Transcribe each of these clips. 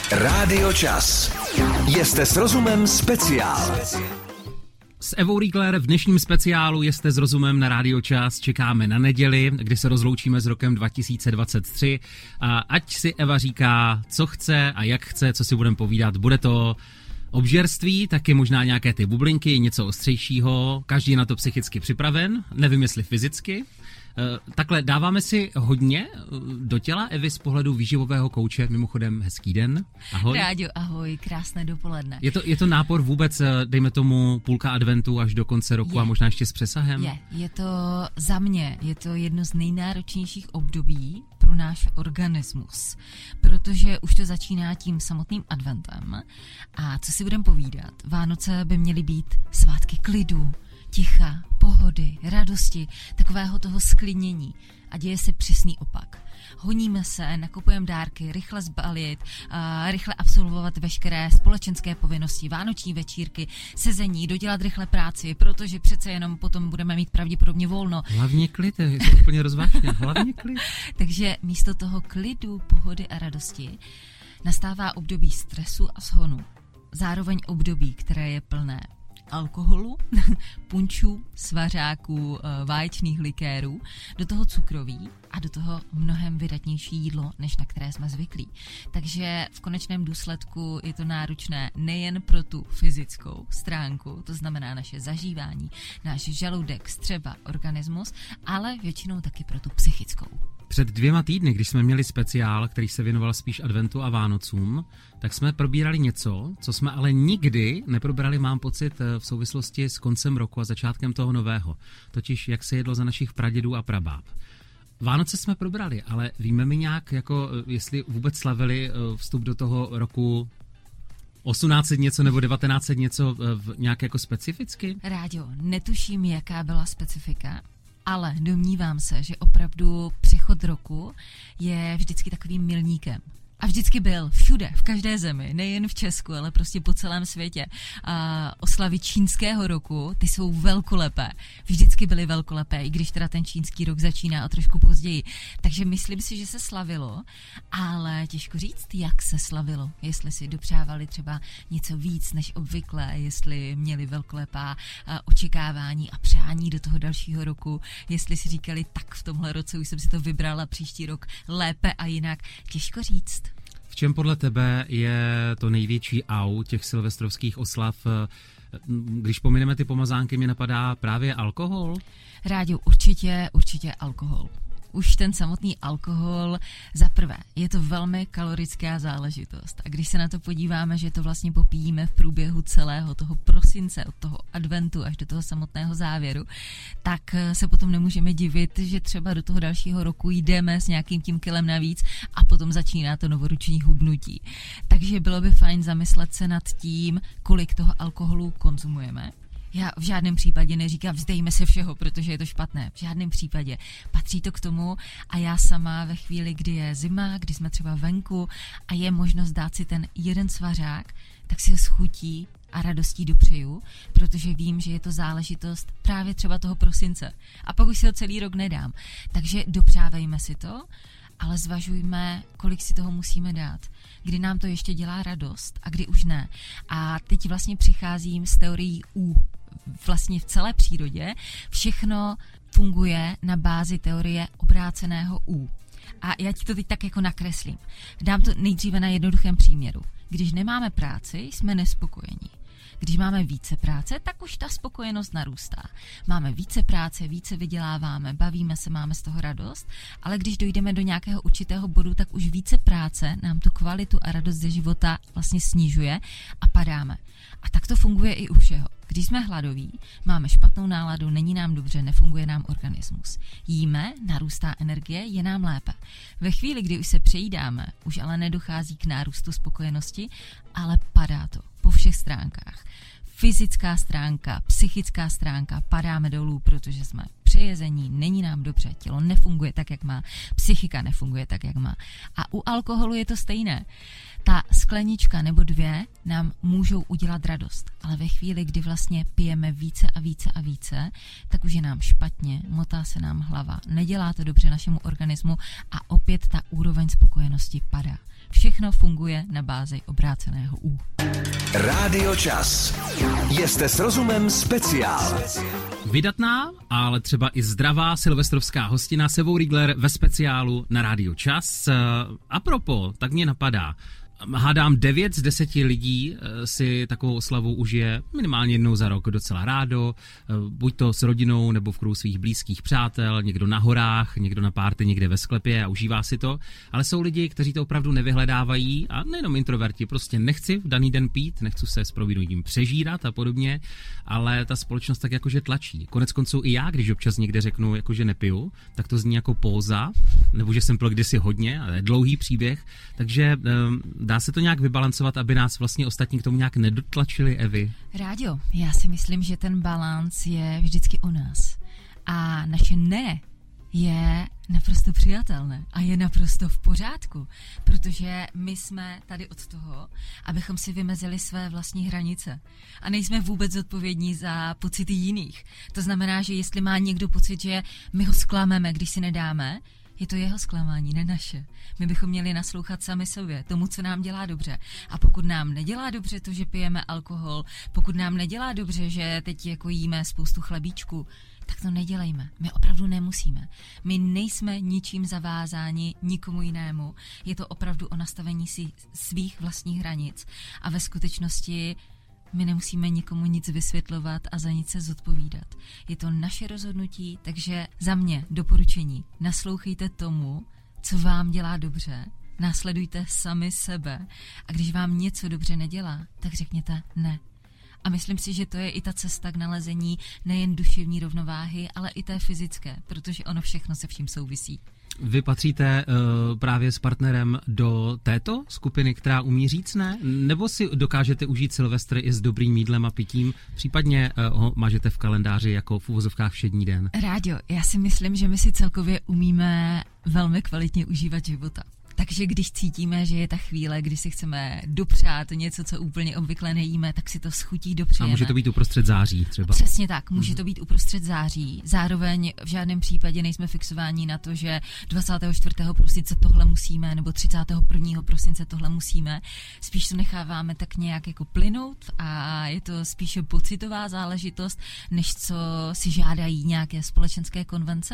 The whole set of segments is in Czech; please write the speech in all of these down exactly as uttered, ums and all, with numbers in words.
Rádio Čas. Jste s rozumem speciál. S Evou Riegler v dnešním speciálu Jste s rozumem na Rádio Čas čekáme na neděli, kdy se rozloučíme s rokem dva tisíce dvacet tři. A ať si Eva říká, co chce a jak chce, co si budeme povídat. Bude to obžerství, taky možná nějaké ty bublinky, něco ostřejšího. Každý je na to psychicky připraven, nevím jestli fyzicky. Takhle dáváme si hodně do těla Evy z pohledu výživového kouče. Mimochodem hezký den. Ahoj. Rádio, ahoj, krásné dopoledne. Je to, je to nápor vůbec, dejme tomu půlka adventu až do konce roku je. A možná ještě s přesahem? Je, je to za mě, je to jedno z nejnáročnějších období pro náš organismus, protože už to začíná tím samotným adventem. A co si budeme povídat, Vánoce by měly být svátky klidu, ticha, pohody, radosti, takového toho sklidnění. A děje se přesný opak. Honíme se, nakupujeme dárky, rychle zbalit, uh, rychle absolvovat veškeré společenské povinnosti, vánoční večírky, sezení, dodělat rychle práci, protože přece jenom potom budeme mít pravděpodobně volno. Hlavně klid, je to úplně rozvážně, hlavně klid. Takže místo toho klidu, pohody a radosti nastává období stresu a shonu. Zároveň období, které je plné alkoholu, punčů, svařáků, vaječných likérů, do toho cukroví a do toho mnohem vydatnější jídlo, než na které jsme zvyklí. Takže v konečném důsledku je to náročné nejen pro tu fyzickou stránku, to znamená naše zažívání, náš žaludek, střeva, organismus, ale většinou taky pro tu psychickou. Před dvěma týdny, když jsme měli speciál, který se věnoval spíš adventu a Vánocům, tak jsme probírali něco, co jsme ale nikdy neprobrali, mám pocit, v souvislosti s koncem roku a začátkem toho nového. Totiž, jak se jedlo za našich pradědů a prabáb. Vánoce jsme probrali, ale víme mi nějak, jako jestli vůbec slavili vstup do toho roku osmnáct set něco nebo devatenáct set něco nějak jako specificky? Rádio, netuším, jaká byla specifika. Ale domnívám se, že opravdu přechod roku je vždycky takovým milníkem. A vždycky byl všude, v každé zemi, nejen v Česku, ale prostě po celém světě. A oslavy čínského roku, ty jsou velkolepé. Vždycky byly velkolepé, i když teda ten čínský rok začíná o trošku později. Takže myslím si, že se slavilo, ale těžko říct, jak se slavilo. Jestli si dopřávali třeba něco víc než obvykle, jestli měli velkolepá očekávání a přání do toho dalšího roku, jestli si říkali, tak v tomhle roce už jsem si to vybrala, příští rok lépe a jinak. Těžko říct. V čem podle tebe je to největší au těch silvestrovských oslav? Když pomineme ty pomazánky, mě napadá právě alkohol? Rádio, určitě, určitě alkohol. Už ten samotný alkohol, za prvé, je to velmi kalorická záležitost. A když se na to podíváme, že to vlastně popíjíme v průběhu celého toho prosince, od toho adventu až do toho samotného závěru, tak se potom nemůžeme divit, že třeba do toho dalšího roku jdeme s nějakým tím kilem navíc a potom začíná to novoroční hubnutí. Takže bylo by fajn zamyslet se nad tím, kolik toho alkoholu konzumujeme. Já v žádném případě neříkám, vzdejme se všeho, protože je to špatné. V žádném případě. Patří to k tomu a já sama ve chvíli, kdy je zima, kdy jsme třeba venku a je možnost dát si ten jeden svařák, tak si ho s chutí a radostí dopřeju, protože vím, že je to záležitost právě třeba toho prosince. A pak už si ho celý rok nedám. Takže dopřávejme si to, ale zvažujme, kolik si toho musíme dát. Kdy nám to ještě dělá radost a kdy už ne. A teď vlastně přicházím s teorií U. Vlastně v celé přírodě všechno funguje na bázi teorie obráceného U. A já ti to teď tak jako nakreslím. Dám to nejdříve na jednoduchém příměru. Když nemáme práci, jsme nespokojení. Když máme více práce, tak už ta spokojenost narůstá. Máme více práce, více vyděláváme, bavíme se, máme z toho radost, ale když dojdeme do nějakého určitého bodu, tak už více práce nám tu kvalitu a radost ze života vlastně snižuje a padáme. A tak to funguje i u všeho. Když jsme hladoví, máme špatnou náladu, není nám dobře, nefunguje nám organismus. Jíme, narůstá energie, je nám lépe. Ve chvíli, kdy už se přejídáme, už ale nedochází k nárůstu spokojenosti, ale padá to po všech stránkách. Fyzická stránka, psychická stránka, padáme dolů, protože jsme přejezení, není nám dobře, tělo nefunguje tak, jak má, psychika nefunguje tak, jak má. A u alkoholu je to stejné. Ta sklenička nebo dvě nám můžou udělat radost, ale ve chvíli, kdy vlastně pijeme více a více a více, tak už je nám špatně, motá se nám hlava, nedělá to dobře našemu organismu a opět ta úroveň spokojenosti padá. Všechno funguje na bázi obráceného U. Rádio Čas. Jste s rozumem speciál. Vydatná, ale třeba i zdravá silvestrovská hostina Sevou Riegler ve speciálu na Rádio Čas. A propos, tak mě napadá, hádám devět z deseti lidí si takovou oslavu užije minimálně jednou za rok docela rádo, buď to s rodinou nebo v kruhu svých blízkých přátel, někdo na horách, někdo na párty někde ve sklepě a užívá si to, ale jsou lidi, kteří to opravdu nevyhledávají a nejenom introverti, prostě nechci v daný den pít, nechci se s provinutím přežírat a podobně, ale ta společnost tak jakože tlačí. Konec konců i já, když občas někde řeknu, jakože nepiju, tak to zní jako póza, nebo že jsem pil kdysi hodně, ale je dlouhý příběh, takže dá se to nějak vybalancovat, aby nás vlastně ostatní k tomu nějak nedotlačili, Evi? Rádio, já si myslím, že ten balans je vždycky o nás. A naše ne je naprosto přijatelné a je naprosto v pořádku, protože my jsme tady od toho, abychom si vymezili své vlastní hranice a nejsme vůbec zodpovědní za pocity jiných. To znamená, že jestli má někdo pocit, že my ho zklameme, když si nedáme, je to jeho zklamání, ne naše. My bychom měli naslouchat sami sobě, tomu, co nám dělá dobře. A pokud nám nedělá dobře to, že pijeme alkohol, pokud nám nedělá dobře, že teď jako jíme spoustu chlebíčků, tak to nedělejme. My opravdu nemusíme. My nejsme ničím zavázáni nikomu jinému. Je to opravdu o nastavení si svých vlastních hranic. A ve skutečnosti my nemusíme nikomu nic vysvětlovat a za nic se zodpovídat. Je to naše rozhodnutí, takže za mě doporučení. Naslouchejte tomu, co vám dělá dobře, následujte sami sebe a když vám něco dobře nedělá, tak řekněte ne. A myslím si, že to je i ta cesta k nalezení nejen duševní rovnováhy, ale i té fyzické, protože ono všechno se vším souvisí. Vy patříte uh, právě s partnerem do této skupiny, která umí říct ne? Nebo si dokážete užít Silvestr i s dobrým jídlem a pitím? Případně uh, ho mažete v kalendáři jako v uvozovkách všední den? Rádio, já si myslím, že my si celkově umíme velmi kvalitně užívat života. Takže když cítíme, že je ta chvíle, kdy si chceme dopřát něco, co úplně obvykle nejíme, tak si to s chutí dopřejeme. A může to být uprostřed září třeba. Přesně tak, může to být uprostřed září. Zároveň v žádném případě nejsme fixováni na to, že dvacátého čtvrtého prosince tohle musíme, nebo třicátého prvního prosince tohle musíme. Spíš to necháváme tak nějak jako plynout a je to spíše pocitová záležitost, než co si žádají nějaké společenské konvence.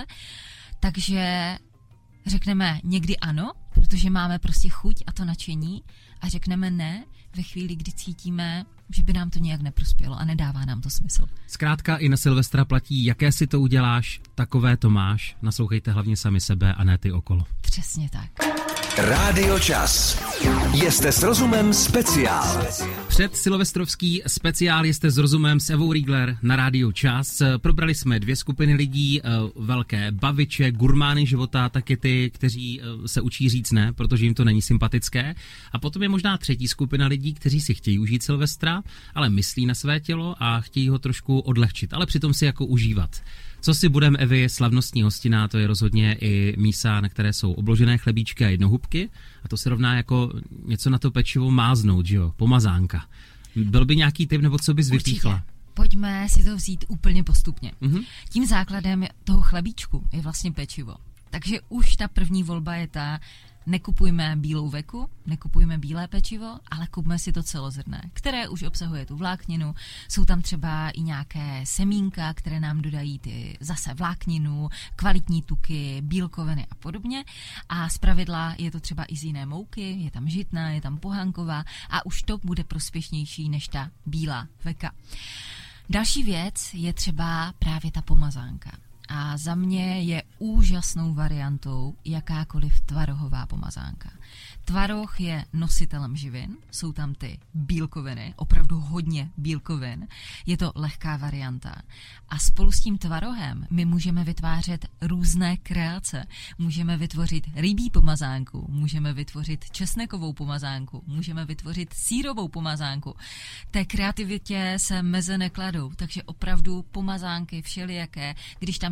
Takže řekneme někdy ano, protože máme prostě chuť a to nadšení a řekneme ne ve chvíli, kdy cítíme, že by nám to nějak neprospělo a nedává nám to smysl. Zkrátka i na Silvestra platí, jaké si to uděláš, takové to máš. Naslouchejte hlavně sami sebe a ne ty okolo. Přesně tak. Rádio Čas. Jste s rozumem speciál. Před silvestrovský speciál Jste s rozumem s Evou Riegler na Rádio Čas. Probrali jsme dvě skupiny lidí, velké baviče, gurmány života, taky ty, kteří se učí říct ne, protože jim to není sympatické. A potom je možná třetí skupina lidí, kteří si chtějí užít Silvestra, ale myslí na své tělo a chtějí ho trošku odlehčit, ale přitom si jako užívat. Co si budeme, Evi, slavnostní hostina, to je rozhodně i mísa, na které jsou obložené chlebíčky a jednohubky a to se rovná jako něco na to pečivo máznout, že jo, pomazánka. Byl by nějaký tip, nebo co bys vypíchla? Pojďme si to vzít úplně postupně. Mm-hmm. Tím základem toho chlebíčku je vlastně pečivo. Takže už ta první volba je ta, nekupujme bílou veku, nekupujme bílé pečivo, ale kupme si to celozrnné, které už obsahuje tu vlákninu. Jsou tam třeba i nějaké semínka, které nám dodají ty zase vlákninu, kvalitní tuky, bílkoviny a podobně. A zpravidla je to třeba i z jiné mouky, je tam žitná, je tam pohánková a už to bude prospěšnější než ta bílá veka. Další věc je třeba právě ta pomazánka. A za mě je úžasnou variantou jakákoliv tvarohová pomazánka. Tvaroh je nositelem živin, jsou tam ty bílkoviny, opravdu hodně bílkovin, je to lehká varianta. A spolu s tím tvarohem my můžeme vytvářet různé kreace. Můžeme vytvořit rybí pomazánku, můžeme vytvořit česnekovou pomazánku, můžeme vytvořit sýrovou pomazánku. Té kreativitě se meze nekladou, takže opravdu pomazánky všelijaké, když tam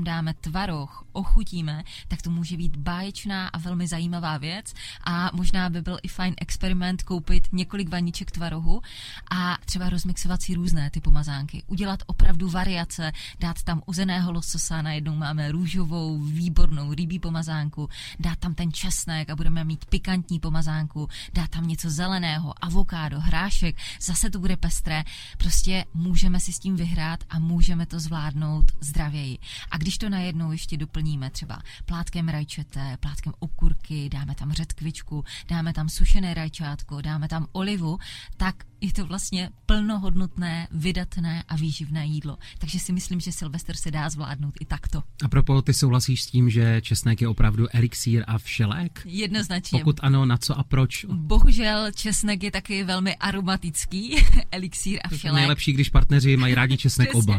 tam dáme tvaroh, ochutíme, tak to může být báječná a velmi zajímavá věc a možná by byl i fajn experiment koupit několik vaniček tvarohu a třeba rozmixovat si různé ty pomazánky. Udělat opravdu variace, dát tam uzeného lososa, najednou máme růžovou, výbornou rybí pomazánku, dát tam ten česnek a budeme mít pikantní pomazánku, dát tam něco zeleného, avokádo, hrášek, zase to bude pestré. Prostě můžeme si s tím vyhrát a můžeme to zvládnout zdravěji. A když to najednou ještě doplníme třeba plátkem rajčete, plátkem okurky, dáme tam řetkvičku, dáme tam sušené rajčátko, dáme tam olivu, tak je to vlastně plnohodnotné, vydatné a výživné jídlo. Takže si myslím, že Silvestr se dá zvládnout i takto. A propos, ty souhlasíš s tím, že česnek je opravdu elixír a všelék? Jednoznačně. Pokud ano, na co a proč? Bohužel česnek je taky velmi aromatický elixír a všelék. Nejlepší, když partneři mají rádi česnek oba.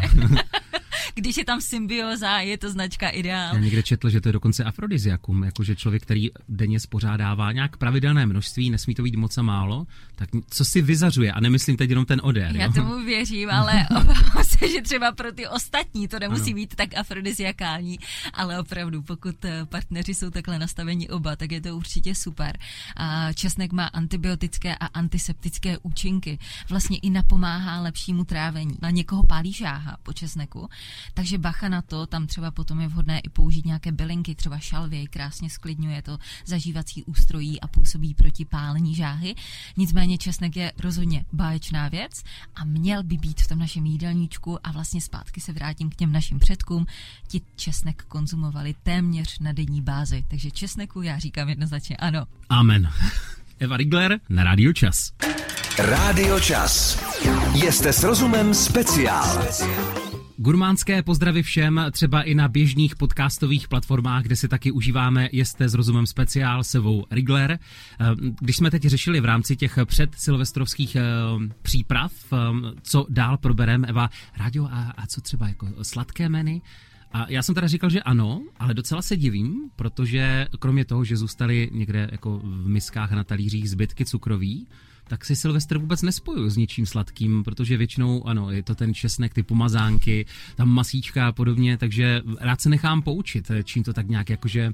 Když je tam symbioza, je to značka ideál. Já někde četl, že to je dokonce afrodiziakum, jakože člověk, který denně spořádává nějak pravidelné množství, nesmí to být moc a málo, tak co si vyzařuje, a nemyslím teď jenom ten odér. Já jo? tomu věřím, ale obávám se, že třeba pro ty ostatní to nemusí ano. být tak afrodiziakální, ale opravdu, pokud partneři jsou takhle nastaveni oba, tak je to určitě super. A česnek má antibiotické a antiseptické účinky. Vlastně i napomáhá lepšímu trávení. Na někoho pálí žáha po česneku, takže bacha na to, tam třeba potom je vhodné i použít nějaké bylinky, třeba šalvěj, krásně sklidňuje to zažívací ústrojí a působí proti pálení žáhy. Nicméně česnek je rozhodně báječná věc a měl by být v tom našem jídelníčku a vlastně zpátky se vrátím k těm našim předkům. Ti česnek konzumovali téměř na denní bázi, takže česneku já říkám jednoznačně ano. Amen. Eva Rigler na Rádio Čas. Rádio Čas. Jste s rozumem speciál. Gurmánské pozdravy všem, třeba i na běžných podcastových platformách, kde si taky užíváme Jste s rozumem speciál s Evou Rigler. Když jsme teď řešili v rámci těch předsilvestrovských příprav, co dál probereme, Eva, rádio a, a co třeba jako sladké menu? A já jsem teda říkal, že ano, ale docela se divím, protože kromě toho, že zůstaly někde jako v miskách a na talířích zbytky cukroví, tak si Silvestr vůbec nespojuju s ničím sladkým, protože většinou, ano, je to ten česnek, ty pomazánky, tam masíčka a podobně, takže rád se nechám poučit, čím to tak nějak jakože...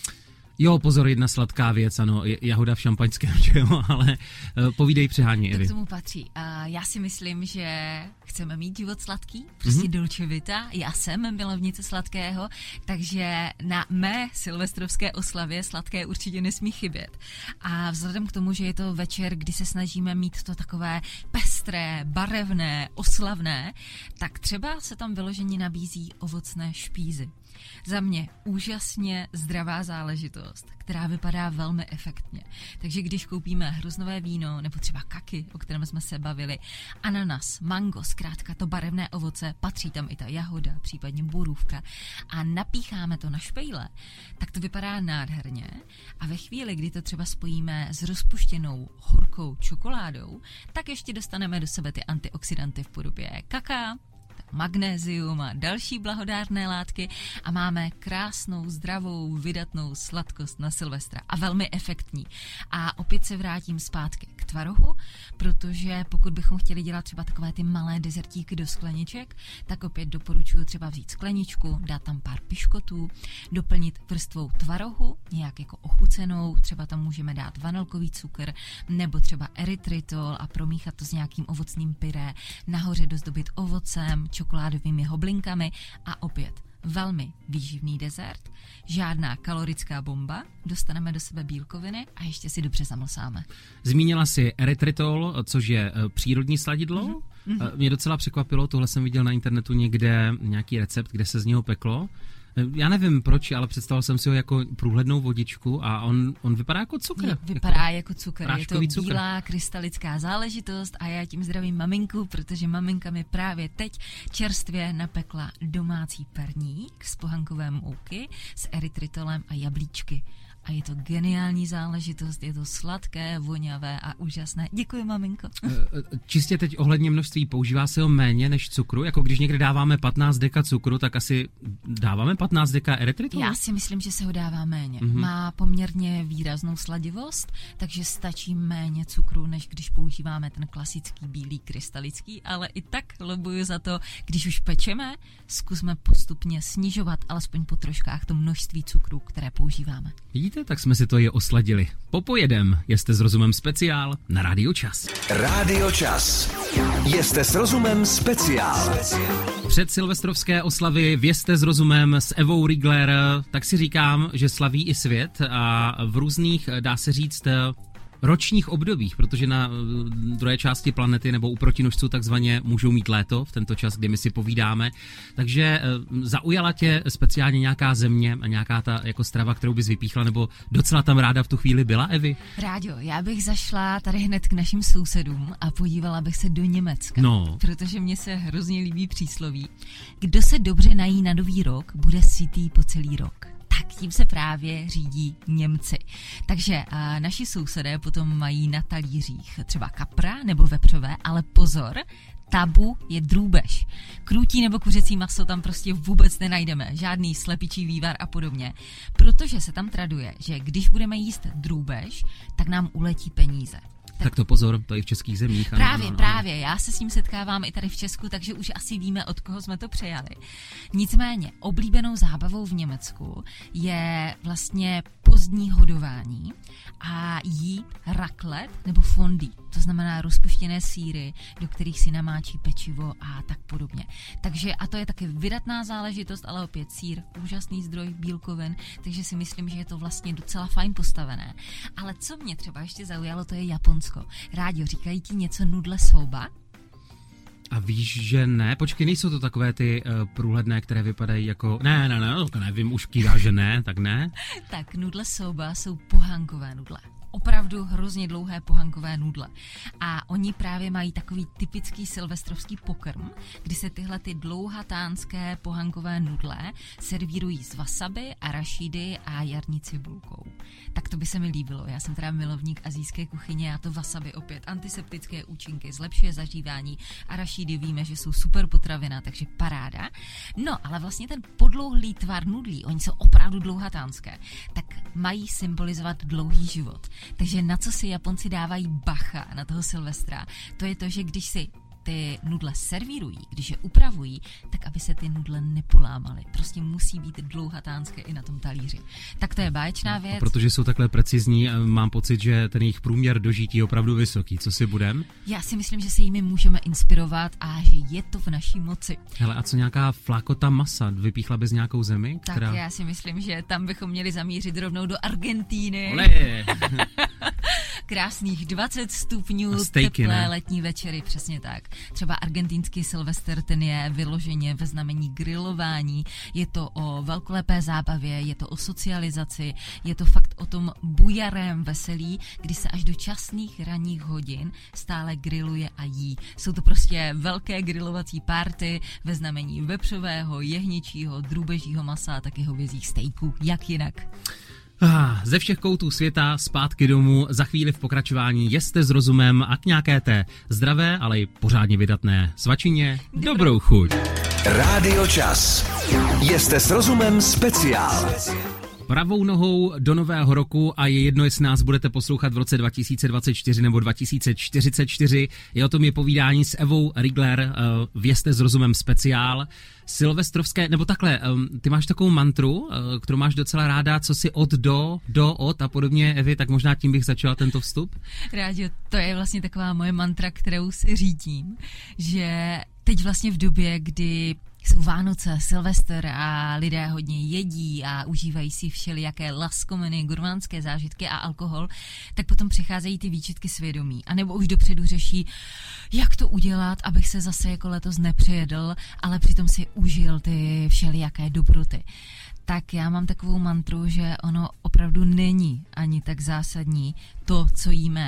Jo, pozor, jedna sladká věc, ano, jahoda v šampaňském, jo, ale uh, povídej přehání, Evi. To k tomu patří. Uh, já si myslím, že chceme mít život sladký, prostě mm-hmm. dolce vita. Já jsem milovnice sladkého, takže na mé silvestrovské oslavě sladké určitě nesmí chybět. A vzhledem k tomu, že je to večer, kdy se snažíme mít to takové pestré, barevné, oslavné, tak třeba se tam vyloženě nabízí ovocné špízy. Za mě úžasně zdravá záležitost, která vypadá velmi efektně. Takže když koupíme hroznové víno nebo třeba kaky, o kterém jsme se bavili, ananas, mango, zkrátka to barevné ovoce, patří tam i ta jahoda, případně borůvka a napícháme to na špejle, tak to vypadá nádherně a ve chvíli, kdy to třeba spojíme s rozpuštěnou horkou čokoládou, tak ještě dostaneme do sebe ty antioxidanty v podobě kaká, magnézium a další blahodárné látky a máme krásnou, zdravou, vydatnou sladkost na Silvestra a velmi efektní. A opět se vrátím zpátky k tvarohu, protože pokud bychom chtěli dělat třeba takové ty malé dezertíky do skleniček, tak opět doporučuji třeba vzít skleničku, dát tam pár piškotů, doplnit vrstvou tvarohu, nějak jako ochucenou, třeba tam můžeme dát vanilkový cukr nebo třeba erytritol a promíchat to s nějakým ovocným pyré, nahoře dozdobit ovocem, čokoládovými hoblinkami a opět velmi výživný dezert, žádná kalorická bomba, dostaneme do sebe bílkoviny a ještě si dobře zamlsáme. Zmínila si erytritol, což je přírodní sladidlo. Mm-hmm. Mě docela překvapilo, tohle jsem viděl na internetu někde, nějaký recept, kde se z něho peklo. Já nevím proč, ale představil jsem si ho jako průhlednou vodičku a on, on vypadá jako cukr. Je, vypadá jako, jako cukr, je to cukr. Bílá krystalická záležitost a já tím zdravím maminku, protože maminka mi právě teď čerstvě napekla domácí perník z pohankového mouky s erytritolem a jablíčky. a je to geniální záležitost, je to sladké, voňavé a úžasné. Děkuji, maminko. Čistě teď ohledně množství, používá se ho méně než cukru? Jako když někde dáváme patnáct deka cukru, tak asi dáváme patnáct deka erytritolu? Já si myslím, že se ho dává méně. Mhm. Má poměrně výraznou sladivost, takže stačí méně cukru, než když používáme ten klasický bílý krystalický, ale i tak lobuju za to, když už pečeme, zkusme postupně snižovat alespoň po troškách to množství cukru, které používáme. Vidíte, tak jsme si to i osladili. Popojedem, jste s rozumem speciál na Rádio Čas. Rádio Čas. Jste s rozumem speciál. Před silvestrovské oslavy Vězte s rozumem s Evou Rigler, tak si říkám, že slaví i svět a v různých, dá se říct, ročních obdobích, protože na druhé části planety nebo u protinožců takzvaně můžou mít léto v tento čas, kdy my si povídáme. Takže zaujala tě speciálně nějaká země a nějaká ta jako strava, kterou bys vypíchla, nebo docela tam ráda v tu chvíli byla, Evi? Rádio, já bych zašla tady hned k našim sousedům a podívala bych se do Německa, No. protože mně se hrozně líbí přísloví. Kdo se dobře nají na nový rok, bude sytý po celý rok. Tak tím se právě řídí Němci. Takže a, naši sousedé potom mají na talířích třeba kapra nebo vepřové, ale pozor, tabu je drůbež. Krůtí nebo kuřecí maso tam prostě vůbec nenajdeme, žádný slepičí vývar a podobně, protože se tam traduje, že když budeme jíst drůbež, tak nám uletí peníze. Tak to pozor, to i v českých zemích. Ano, Právě, ano, ano. právě. Já se s tím setkávám i tady v Česku, takže už asi víme, od koho jsme to přejali. Nicméně, oblíbenou zábavou v Německu je vlastně pozdní hodování a jí raclette nebo fondue. To znamená rozpuštěné sýry, do kterých si namáčí pečivo a tak podobně. Takže a to je taky vydatná záležitost, ale opět sýr, úžasný zdroj bílkovin, takže si myslím, že je to vlastně docela fajn postavené. Ale co mě třeba ještě zaujalo, to je Japonsko. Rádio, říkají ti něco nudle soba? A víš, že ne? Počkej, nejsou to takové ty uh, průhledné, které vypadají jako... Ne, ne, ne, to nevím, už kývá, že ne, tak ne. Tak nudle soba jsou pohankové nudle. Opravdu hrozně dlouhé pohankové nudle. A oni právě mají takový typický silvestrovský pokrm, kdy se tyhle ty dlouhatánské pohankové nudle servírují s wasabi, arašidy a jarní cibulkou. Tak to by se mi líbilo. Já jsem teda milovník asijské kuchyně a to wasabi opět antiseptické účinky, zlepšuje zažívání. Arašidy víme, že jsou super potravina, takže paráda. No, ale vlastně ten podlouhlý tvar nudlí, oni jsou opravdu dlouhatánské, tak mají symbolizovat dlouhý život. Takže na co si Japonci dávají bacha na toho Silvestra, to je to, že když si ty nudle servírují, když je upravují, tak aby se ty nudle nepolámaly. Prostě musí být dlouhatánské i na tom talíři. Tak to je báječná věc. A protože jsou takhle precizní, mám pocit, že ten jejich průměr dožití je opravdu vysoký. Co si budem? Já si myslím, že se jimi můžeme inspirovat a že je to v naší moci. Hele, a co nějaká flákota masa? Vypíchla bys nějakou zemi? Tak která... já si myslím, že tam bychom měli zamířit rovnou do Argentíny. Ole! Krásných dvacet stupňů, stejky, teplé ne? letní večery, přesně tak. Třeba argentinský Silvestr, ten je vyloženě ve znamení grilování, je to o velkolepé zábavě, je to o socializaci, je to fakt o tom bujarém veselí, kdy se až do časných ranních hodin stále grilluje a jí. Jsou to prostě velké grilovací párty ve znamení vepřového, jehničího, drůbežího masa a taky hovězích stejků, jak jinak. Ah, ze všech koutů světa zpátky domů, za chvíli v pokračování jeste s rozumem a k nějaké té zdravé, ale i pořádně vydatné svačině dobrou chuť. Rádio Čas. Jeste s rozumem speciál. Pravou nohou do nového roku a je jedno, jestli nás budete poslouchat v roce dva tisíce dvacet čtyři nebo dva tisíce čtyřicet čtyři. Je o tom je povídání s Evou Rigler, uh, Vězte s rozumem speciál. Silvestrovské, nebo takhle, um, ty máš takovou mantru, uh, kterou máš docela ráda, co si od do, do od a podobně, Evi, tak možná tím bych začala tento vstup. Rádio, to je vlastně taková moje mantra, kterou si řídím, že teď vlastně v době, kdy jsou Vánoce, Silvestr a lidé hodně jedí a užívají si všelijaké laskominy, gurmánské zážitky a alkohol, tak potom přicházejí ty výčitky svědomí. A nebo už dopředu řeší, jak to udělat, abych se zase jako letos nepřejedl, ale přitom si užil ty všelijaké dobroty. Tak já mám takovou mantru, že ono opravdu není ani tak zásadní to, co jíme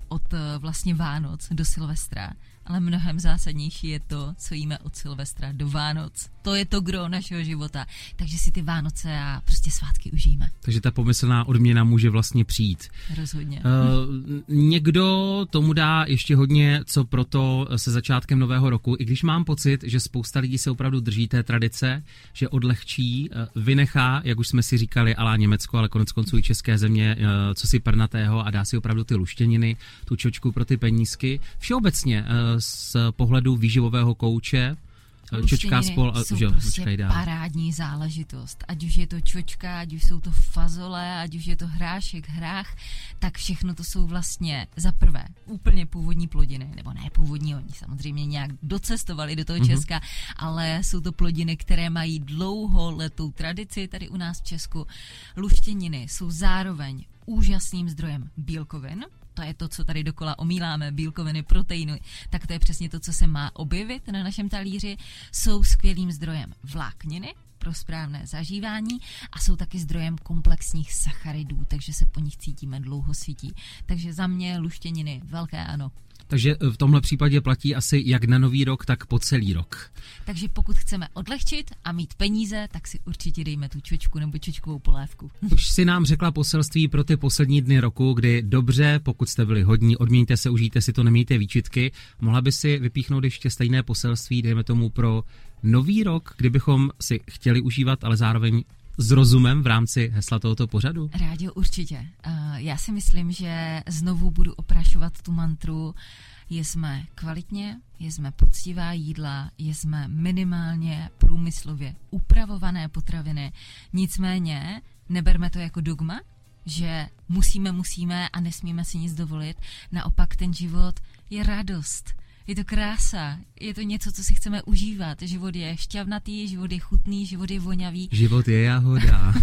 od vlastně Vánoc do Silvestra, ale mnohem zásadnější je to, co jíme od Silvestra do Vánoc. To je to gro našeho života. Takže si ty Vánoce a prostě svátky užijeme. Takže ta pomyslná odměna může vlastně přijít. Rozhodně. Uh, někdo tomu dá ještě hodně, co proto se začátkem nového roku, i když mám pocit, že spousta lidí se opravdu drží té tradice, že odlehčí, uh, vynechá, jak už jsme si říkali, alá Německo, ale konec konců i české země, uh, co si pernatého a dá si opravdu ty luštěniny, tu čočku pro ty penízky. Všeobecně uh, z pohledu výživového kouče, čočka spol, jsou že, prostě počkej, parádní záležitost. Ať už je to čočka, ať už jsou to fazole, ať už je to hrášek, hrách, tak všechno to jsou vlastně za prvé úplně původní plodiny, nebo ne původní, oni samozřejmě nějak docestovali do toho mm-hmm. Česka, ale jsou to plodiny, které mají dlouholetou tradici tady u nás v Česku. Luštěniny jsou zároveň úžasným zdrojem bílkovin. To je to, co tady dokola omíláme, bílkoviny, proteiny, tak to je přesně to, co se má objevit na našem talíři. Jsou skvělým zdrojem vlákniny pro správné zažívání a jsou taky zdrojem komplexních sacharidů, takže se po nich cítíme dlouhosvití. Takže za mě luštěniny velké ano. Takže v tomhle případě platí asi jak na nový rok, tak po celý rok. Takže pokud chceme odlehčit a mít peníze, tak si určitě dejme tu čočku nebo čočkovou polévku. Už si nám řekla poselství pro ty poslední dny roku, kdy dobře, pokud jste byli hodní, odměňte se, užijte si to, nemějte výčitky. Mohla by si vypíchnout ještě stejné poselství, dejme tomu pro nový rok, kdybychom si chtěli užívat, ale zároveň s rozumem v rámci hesla tohoto pořadu? Rádio, určitě. Já si myslím, že znovu budu oprašovat tu mantru: jezme kvalitně, jezme poctivá jídla, jezme minimálně průmyslově upravované potraviny. Nicméně neberme to jako dogma, že musíme, musíme a nesmíme si nic dovolit. Naopak ten život je radost. Je to krása, je to něco, co si chceme užívat. Život je šťavnatý, život je chutný, život je vonavý. Život je jahoda.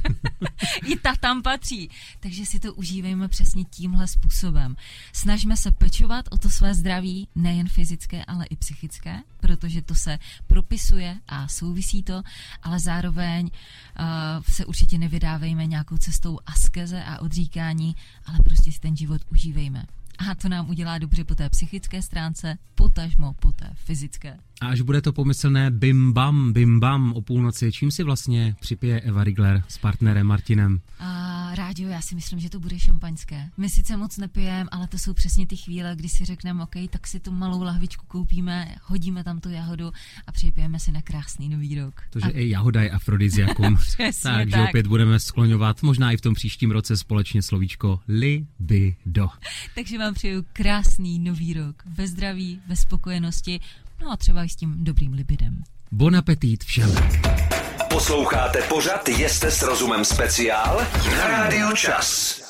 I ta tam patří. Takže si to užívejme přesně tímhle způsobem. Snažme se pečovat o to své zdraví, nejen fyzické, ale i psychické, protože to se propisuje a souvisí to, ale zároveň uh, se určitě nevydávejme nějakou cestou askeze a odříkání, ale prostě si ten život užívejme. A to nám udělá dobře po té psychické stránce, potažmo po té fyzické. A až bude to pomyslné bim bam, bim bam o půlnoci, čím si vlastně připije Eva Rigler s partnerem Martinem? A rádio, já si myslím, že to bude šampaňské. My sice moc nepijeme, ale to jsou přesně ty chvíle, kdy si řekneme, OK, tak si tu malou lahvičku koupíme, hodíme tam tu jahodu a připijeme si na krásný nový rok. To, že a... i jahoda je afrodiziakum. Takže tak. Opět budeme skloňovat, možná i v tom příštím roce společně slovíčko libido. Takže vám přeju krásný nový rok, ve zdraví, ve spokojenosti, no a třeba i s tím dobrým libidem. Bon appetit všem. Posloucháte pořad Jeste s rozumem speciál na Rádiu Čas.